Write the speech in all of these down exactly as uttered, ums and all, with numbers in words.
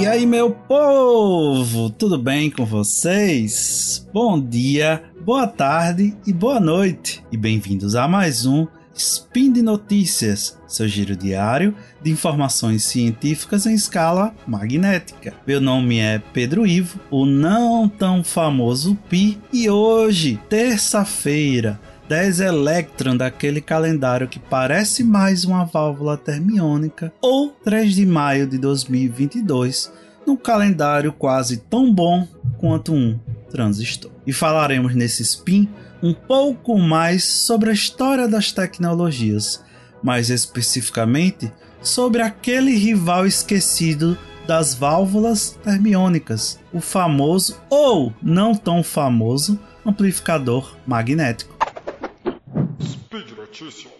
E aí, meu povo, tudo bem com vocês? Bom dia, boa tarde e boa noite. E bem-vindos a mais um Spin de Notícias, seu giro diário de informações científicas em escala magnética. Meu nome é Pedro Ivo, o não tão famoso Pi, e hoje, terça-feira, dez Electron daquele calendário que parece mais uma válvula termiônica, ou três de maio de dois mil e vinte e dois, num calendário quase tão bom quanto um transistor. E falaremos nesse Spin um pouco mais sobre a história das tecnologias, mais especificamente sobre aquele rival esquecido das válvulas termiônicas, o famoso ou não tão famoso amplificador magnético. Speed Notícias.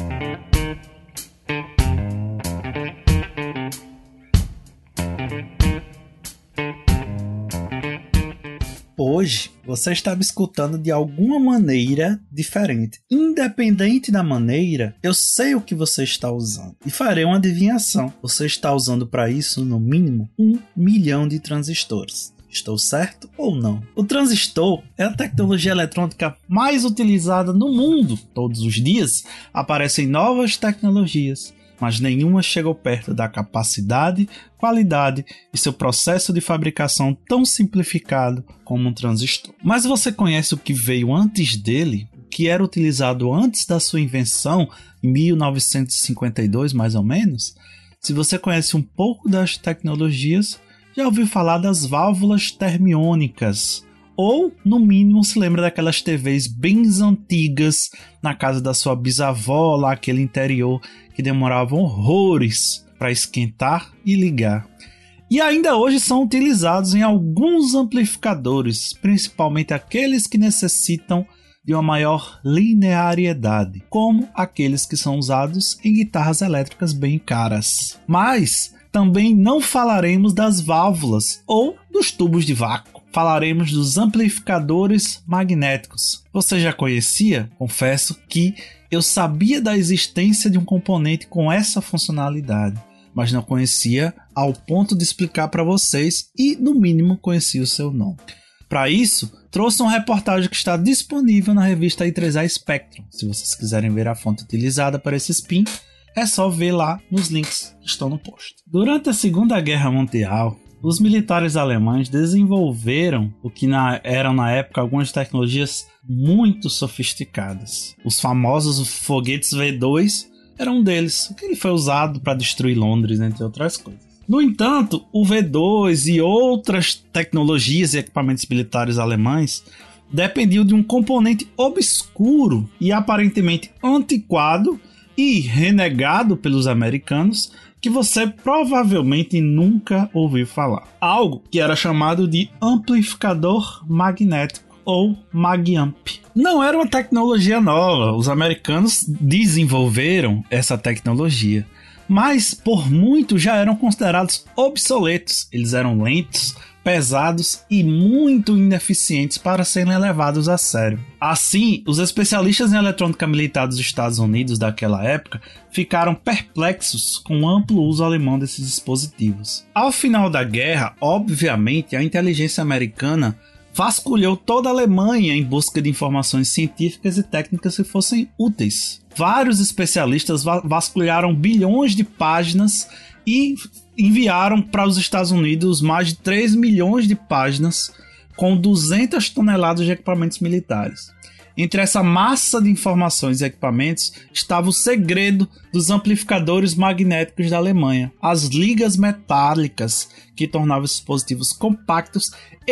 Hoje você está me escutando de alguma maneira diferente. Independente da maneira, eu sei o que você está usando e farei uma adivinhação. Você está usando para isso, no mínimo, um milhão de transistores. Estou certo ou não? O transistor é a tecnologia eletrônica mais utilizada no mundo. Todos os dias aparecem novas tecnologias, mas nenhuma chegou perto da capacidade, qualidade e seu processo de fabricação tão simplificado como um transistor. Mas você conhece o que veio antes dele? O que era utilizado antes da sua invenção, em mil novecentos e cinquenta e dois mais ou menos? Se você conhece um pouco das tecnologias, já ouviu falar das válvulas termiônicas, ou no mínimo se lembra daquelas T Vs bem antigas na casa da sua bisavó, lá aquele interior que demoravam horrores para esquentar e ligar. E ainda hoje são utilizados em alguns amplificadores, principalmente aqueles que necessitam de uma maior linearidade, como aqueles que são usados em guitarras elétricas bem caras. Mas também não falaremos das válvulas ou dos tubos de vácuo. Falaremos dos amplificadores magnéticos. Você já conhecia? Confesso que eu sabia da existência de um componente com essa funcionalidade, mas não conhecia ao ponto de explicar para vocês e, no mínimo, conhecia o seu nome. Para isso, trouxe uma reportagem que está disponível na revista I três A Spectrum. Se vocês quiserem ver a fonte utilizada para esse spin, é só ver lá nos links que estão no post. Durante a Segunda Guerra Mundial, os militares alemães desenvolveram o que na, eram na época algumas tecnologias muito sofisticadas. Os famosos foguetes V dois eram um deles, que ele foi usado para destruir Londres, entre outras coisas. No entanto, o V dois e outras tecnologias e equipamentos militares alemães dependiam de um componente obscuro e aparentemente antiquado e renegado pelos americanos, que você provavelmente nunca ouviu falar. Algo que era chamado de amplificador magnético, ou mag-amp. Não era uma tecnologia nova, os americanos desenvolveram essa tecnologia, mas por muito já eram considerados obsoletos. Eles eram lentos, pesados e muito ineficientes para serem levados a sério. Assim, os especialistas em eletrônica militar dos Estados Unidos daquela época ficaram perplexos com o amplo uso alemão desses dispositivos. Ao final da guerra, obviamente, a inteligência americana vasculhou toda a Alemanha em busca de informações científicas e técnicas que fossem úteis. Vários especialistas va- vasculharam bilhões de páginas e enviaram para os Estados Unidos mais de três milhões de páginas com duzentas toneladas de equipamentos militares. Entre essa massa de informações e equipamentos estava o segredo dos amplificadores magnéticos da Alemanha, as ligas metálicas que tornavam os dispositivos compactos,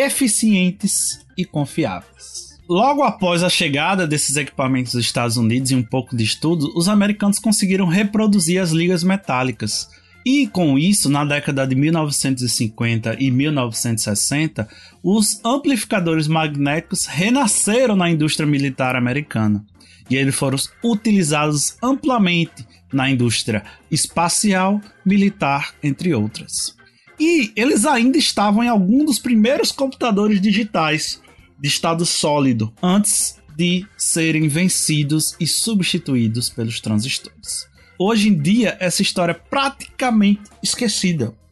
eficientes e confiáveis. Logo após a chegada desses equipamentos dos Estados Unidos e um pouco de estudo, os americanos conseguiram reproduzir as ligas metálicas. E com isso, na década de mil novecentos e cinquenta e mil novecentos e sessenta, os amplificadores magnéticos renasceram na indústria militar americana. E eles foram utilizados amplamente na indústria espacial, militar, entre outras. E eles ainda estavam em algum dos primeiros computadores digitais de estado sólido, antes de serem vencidos e substituídos pelos transistores. Hoje em dia, essa história é praticamente esquecida.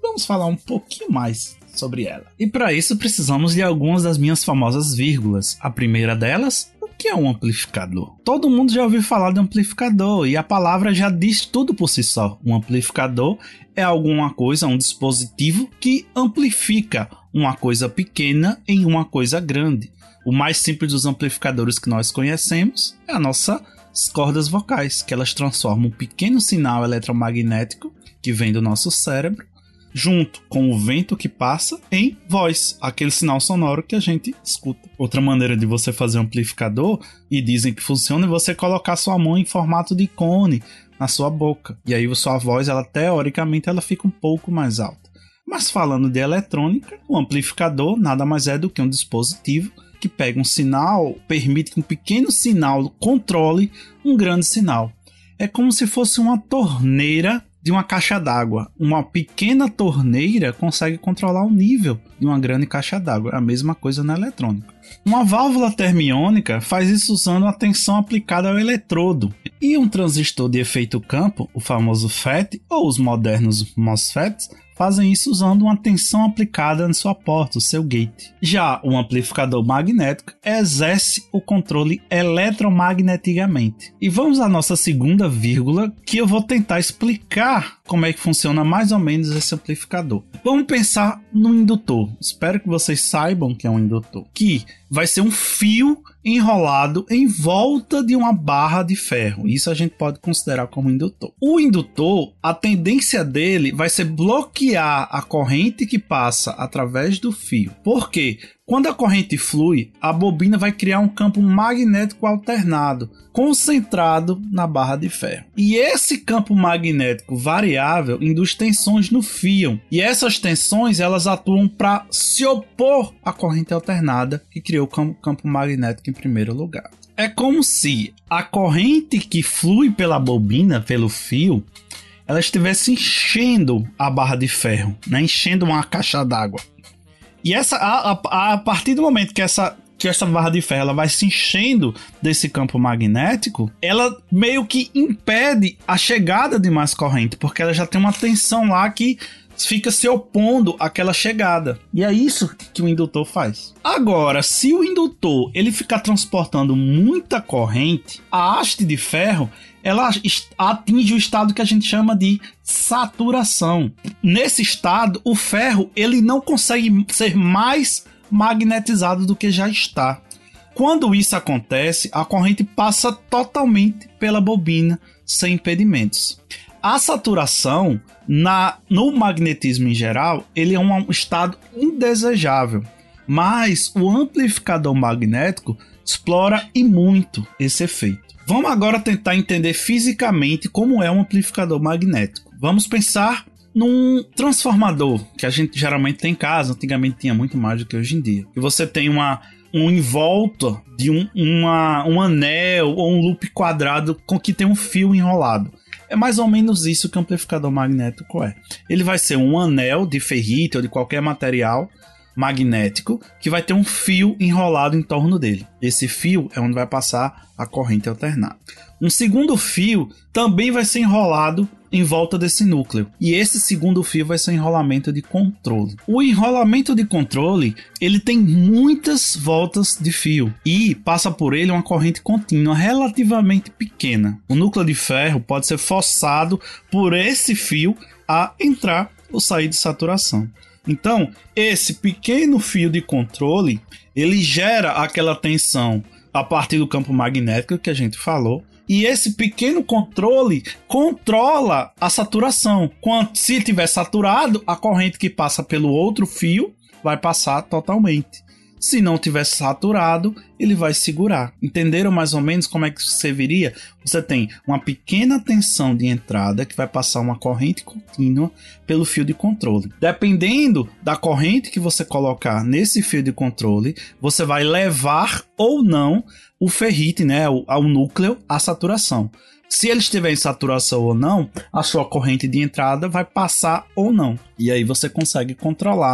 vamos falar um pouquinho mais sobre ela. E para isso precisamos de algumas das minhas famosas vírgulas. A primeira delas, o que é um amplificador? Todo mundo já ouviu falar de amplificador e a palavra já diz tudo por si só. Um amplificador é alguma coisa, um dispositivo que amplifica uma coisa pequena em uma coisa grande. O mais simples dos amplificadores que nós conhecemos é a nossa cordas vocais, que elas transformam um pequeno sinal eletromagnético que vem do nosso cérebro, junto com o vento que passa, em voz, aquele sinal sonoro que a gente escuta. Outra maneira de você fazer um amplificador, e dizem que funciona, é você colocar sua mão em formato de cone na sua boca, e aí a sua voz, ela teoricamente, ela fica um pouco mais alta. Mas falando de eletrônica, o amplificador nada mais é do que um dispositivo que pega um sinal, permite que um pequeno sinal controle um grande sinal. É como se fosse uma torneira de uma caixa d'água. Uma pequena torneira consegue controlar o nível de uma grande caixa d'água. É a mesma coisa na eletrônica. Uma válvula termiônica faz isso usando a tensão aplicada ao eletrodo. E um transistor de efeito campo, o famoso F E T, ou os modernos MOSFETs, fazem isso usando uma tensão aplicada na sua porta, o seu gate. Já o amplificador magnético exerce o controle eletromagneticamente. E vamos à nossa segunda vírgula, que eu vou tentar explicar como é que funciona mais ou menos esse amplificador. Vamos pensar no indutor. Espero que vocês saibam que é um indutor. Que vai ser um fio enrolado em volta de uma barra de ferro. Isso a gente pode considerar como indutor. O indutor, a tendência dele vai ser bloquear a corrente que passa através do fio. Por quê? Quando a corrente flui, a bobina vai criar um campo magnético alternado, concentrado na barra de ferro. E esse campo magnético variável induz tensões no fio. E essas tensões, elas atuam para se opor à corrente alternada que criou o campo magnético em primeiro lugar. É como se a corrente que flui pela bobina, pelo fio, ela estivesse enchendo a barra de ferro, né? Enchendo uma caixa d'água. E essa, a, a, a partir do momento que essa, que essa barra de ferro ela vai se enchendo desse campo magnético, ela meio que impede a chegada de mais corrente, porque ela já tem uma tensão lá que fica se opondo àquela chegada. E é isso que o indutor faz. Agora, se o indutor ele ficar transportando muita corrente, a haste de ferro ela atinge o estado que a gente chama de saturação. Nesse estado, o ferro ele não consegue ser mais magnetizado do que já está. Quando isso acontece, a corrente passa totalmente pela bobina sem impedimentos. A saturação, na, no magnetismo em geral, ele é um estado indesejável, mas o amplificador magnético explora e muito esse efeito. Vamos agora tentar entender fisicamente como é um amplificador magnético. Vamos pensar num transformador que a gente geralmente tem em casa, antigamente tinha muito mais do que hoje em dia. E você tem uma, um em volta de um, uma, um anel ou um loop quadrado com que tem um fio enrolado. É mais ou menos isso que o amplificador magnético é. Ele vai ser um anel de ferrite ou de qualquer material magnético que vai ter um fio enrolado em torno dele. Esse fio é onde vai passar a corrente alternada. Um segundo fio também vai ser enrolado em volta desse núcleo. E esse segundo fio vai ser um enrolamento de controle. O enrolamento de controle, ele tem muitas voltas de fio e passa por ele uma corrente contínua relativamente pequena. O núcleo de ferro pode ser forçado por esse fio a entrar ou sair de saturação. Então, esse pequeno fio de controle, ele gera aquela tensão a partir do campo magnético que a gente falou. E esse pequeno controle controla a saturação. Quando, se estiver saturado, a corrente que passa pelo outro fio vai passar totalmente. Se não tiver saturado, ele vai segurar. Entenderam mais ou menos como é que isso serviria? Você tem uma pequena tensão de entrada que vai passar uma corrente contínua pelo fio de controle. Dependendo da corrente que você colocar nesse fio de controle, você vai levar ou não o ferrite, né, ao núcleo, à saturação. Se ele estiver em saturação ou não, a sua corrente de entrada vai passar ou não. E aí você consegue controlar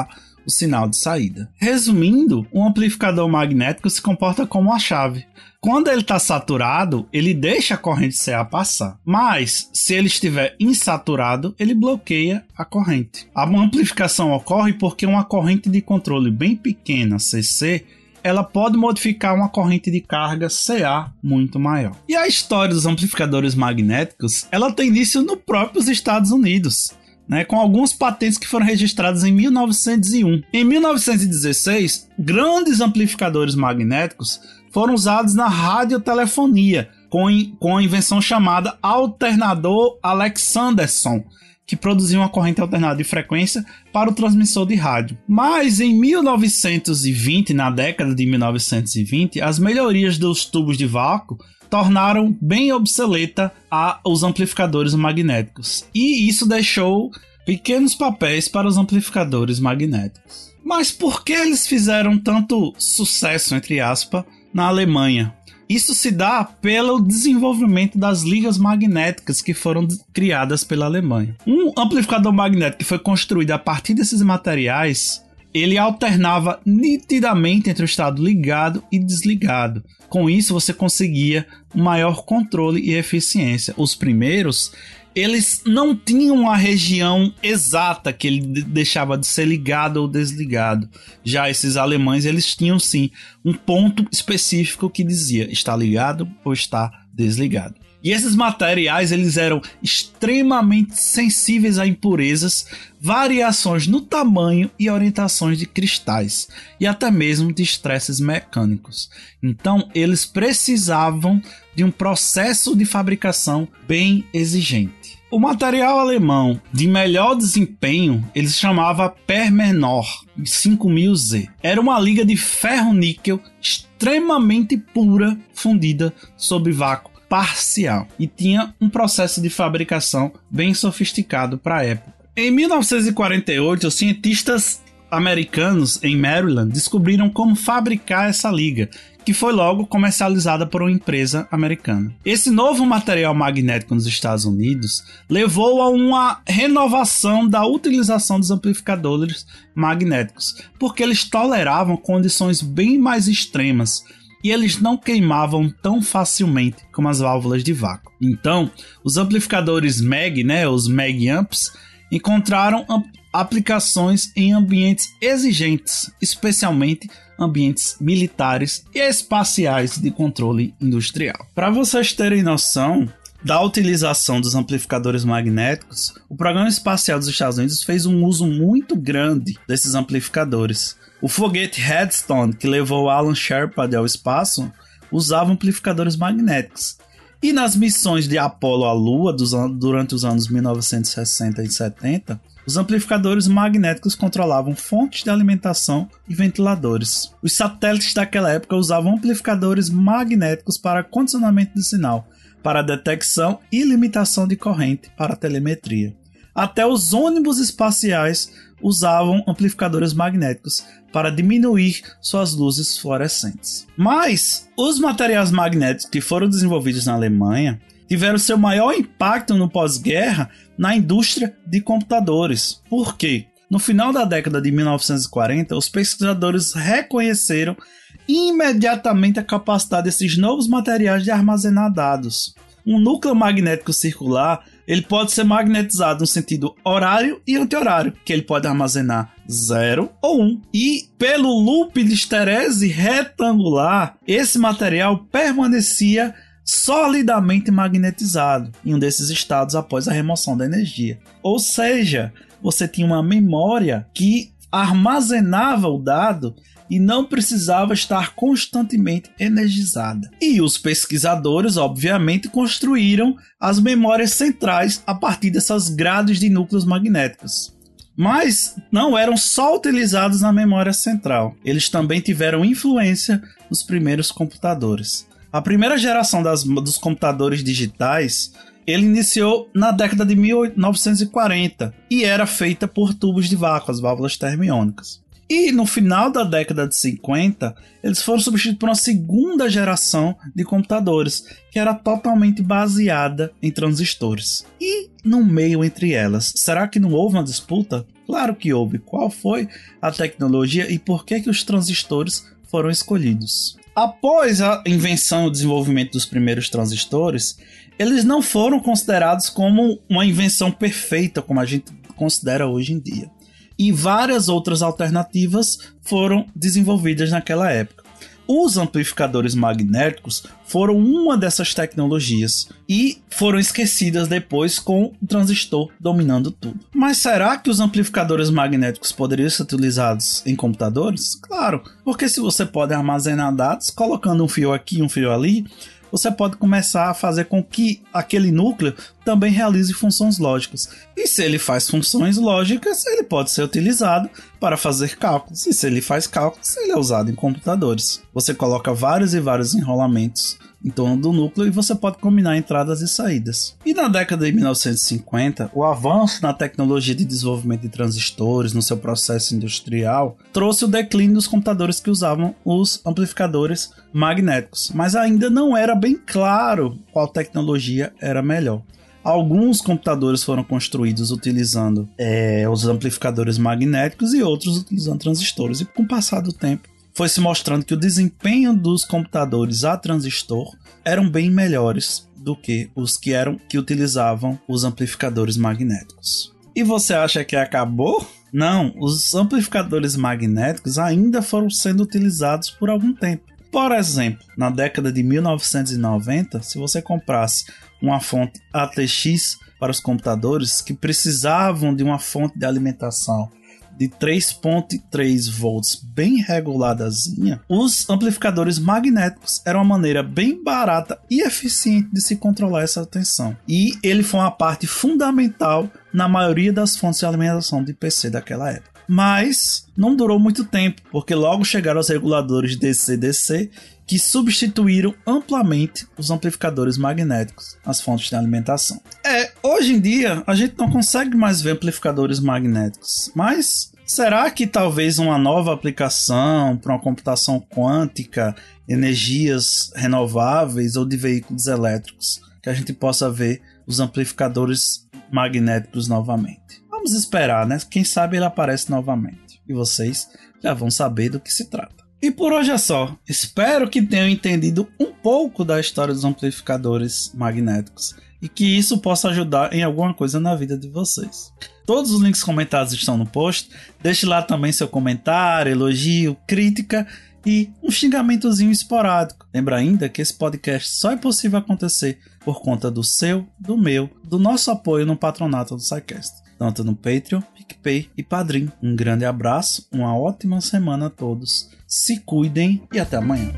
o sinal de saída. Resumindo, um amplificador magnético se comporta como uma chave. Quando ele está saturado, ele deixa a corrente C A passar. Mas, se ele estiver insaturado, ele bloqueia a corrente. A amplificação ocorre porque uma corrente de controle bem pequena, C C, ela pode modificar uma corrente de carga C A muito maior. E a história dos amplificadores magnéticos, ela tem início nos próprios Estados Unidos, né, com algumas patentes que foram registradas em mil novecentos e um. Em mil novecentos e dezesseis, grandes amplificadores magnéticos foram usados na radiotelefonia, com, com a invenção chamada alternador Alexanderson, que produzia uma corrente alternada de frequência para o transmissor de rádio. Mas em mil novecentos e vinte, na década de mil novecentos e vinte, as melhorias dos tubos de vácuo tornaram bem obsoleta a, os amplificadores magnéticos. E isso deixou pequenos papéis para os amplificadores magnéticos. Mas por que eles fizeram tanto sucesso, entre aspas, na Alemanha? Isso se dá pelo desenvolvimento das ligas magnéticas que foram criadas pela Alemanha. Um amplificador magnético que foi construído a partir desses materiais, ele alternava nitidamente entre o estado ligado e desligado. Com isso, você conseguia um maior controle e eficiência. Os primeiros, eles não tinham a região exata que ele deixava de ser ligado ou desligado. Já esses alemães, eles tinham sim um ponto específico que dizia está ligado ou está desligado. E esses materiais, eles eram extremamente sensíveis a impurezas, variações no tamanho e orientações de cristais, e até mesmo de estresses mecânicos. Então, eles precisavam de um processo de fabricação bem exigente. O material alemão de melhor desempenho, ele se chamava Permenor cinco mil Z. Era uma liga de ferro-níquel extremamente pura, fundida sob vácuo parcial, e tinha um processo de fabricação bem sofisticado para a época. Em mil novecentos e quarenta e oito, os cientistas americanos em Maryland descobriram como fabricar essa liga, que foi logo comercializada por uma empresa americana. Esse novo material magnético nos Estados Unidos levou a uma renovação da utilização dos amplificadores magnéticos, porque eles toleravam condições bem mais extremas e eles não queimavam tão facilmente como as válvulas de vácuo. Então, os amplificadores M A G, né, os M A G Amps, encontraram amp- aplicações em ambientes exigentes, especialmente ambientes militares e espaciais de controle industrial. Para vocês terem noção da utilização dos amplificadores magnéticos, o Programa Espacial dos Estados Unidos fez um uso muito grande desses amplificadores. O foguete Redstone, que levou Alan Shepard ao espaço, usava amplificadores magnéticos. E nas missões de Apollo à Lua, dos an- durante os anos mil novecentos e sessenta e setenta, os amplificadores magnéticos controlavam fontes de alimentação e ventiladores. Os satélites daquela época usavam amplificadores magnéticos para condicionamento de sinal, para detecção e limitação de corrente para telemetria. Até os ônibus espaciais usavam amplificadores magnéticos para diminuir suas luzes fluorescentes. Mas os materiais magnéticos que foram desenvolvidos na Alemanha tiveram seu maior impacto no pós-guerra na indústria de computadores. Por quê? No final da década de mil novecentos e quarenta, os pesquisadores reconheceram imediatamente a capacidade desses novos materiais de armazenar dados. Um núcleo magnético circular, ele pode ser magnetizado no sentido horário e anti-horário, que ele pode armazenar zero ou um. E pelo loop de esterese retangular, esse material permanecia solidamente magnetizado em um desses estados após a remoção da energia. Ou seja, você tinha uma memória que armazenava o dado e não precisava estar constantemente energizada. E os pesquisadores, obviamente, construíram as memórias centrais a partir dessas grades de núcleos magnéticos. Mas não eram só utilizados na memória central. Eles também tiveram influência nos primeiros computadores. A primeira geração das, dos computadores digitais, ele iniciou na década de mil novecentos e quarenta e era feita por tubos de vácuo, as válvulas termiônicas. E no final da década de cinquenta, eles foram substituídos por uma segunda geração de computadores, que era totalmente baseada em transistores. E no meio entre elas, será que não houve uma disputa? Claro que houve. Qual foi a tecnologia e por que que os transistores foram escolhidos? Após a invenção e o desenvolvimento dos primeiros transistores, eles não foram considerados como uma invenção perfeita, como a gente considera hoje em dia. E várias outras alternativas foram desenvolvidas naquela época. Os amplificadores magnéticos foram uma dessas tecnologias e foram esquecidas depois com o transistor dominando tudo. Mas será que os amplificadores magnéticos poderiam ser utilizados em computadores? Claro, porque se você pode armazenar dados colocando um fio aqui e um fio ali, você pode começar a fazer com que aquele núcleo também realize funções lógicas. E se ele faz funções lógicas, ele pode ser utilizado para fazer cálculos. E se ele faz cálculos, ele é usado em computadores. Você coloca vários e vários enrolamentos em torno do núcleo e você pode combinar entradas e saídas. E na década de mil novecentos e cinquenta, o avanço na tecnologia de desenvolvimento de transistores no seu processo industrial trouxe o declínio dos computadores que usavam os amplificadores magnéticos, mas ainda não era bem claro qual tecnologia era melhor. Alguns computadores foram construídos utilizando é, os amplificadores magnéticos e outros utilizando transistores. E com o passar do tempo, foi se mostrando que o desempenho dos computadores a transistor eram bem melhores do que os que, eram, que utilizavam os amplificadores magnéticos. E você acha que acabou? Não, os amplificadores magnéticos ainda foram sendo utilizados por algum tempo. Por exemplo, na década de mil novecentos e noventa, se você comprasse uma fonte A T X para os computadores que precisavam de uma fonte de alimentação de três ponto três volts bem reguladazinha, os amplificadores magnéticos eram uma maneira bem barata e eficiente de se controlar essa tensão. E ele foi uma parte fundamental na maioria das fontes de alimentação de P C daquela época. Mas não durou muito tempo, porque logo chegaram os reguladores D C D C que substituíram amplamente os amplificadores magnéticos, as fontes de alimentação. É, hoje em dia a gente não consegue mais ver amplificadores magnéticos, mas será que talvez uma nova aplicação para uma computação quântica, energias renováveis ou de veículos elétricos, que a gente possa ver os amplificadores magnéticos novamente? Vamos esperar, né? Quem sabe ele aparece novamente e vocês já vão saber do que se trata. E por hoje é só. Espero que tenham entendido um pouco da história dos amplificadores magnéticos e que isso possa ajudar em alguma coisa na vida de vocês. Todos os links comentados estão no post. Deixe lá também seu comentário, elogio, crítica e um xingamentozinho esporádico. Lembra ainda que esse podcast só é possível acontecer por conta do seu, do meu, do nosso apoio no patronato do SciCast, tanto no Patreon, PicPay e Padrim. Um grande abraço, uma ótima semana a todos, se cuidem e até amanhã.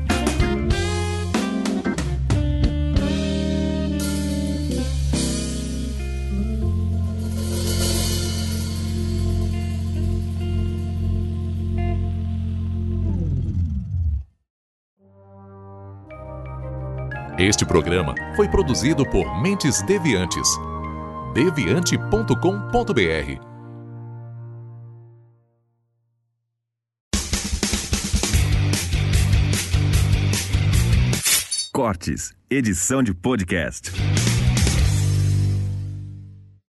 Este programa foi produzido por Mentes Deviantes. deviante ponto com ponto b r. Cortes, edição de podcast.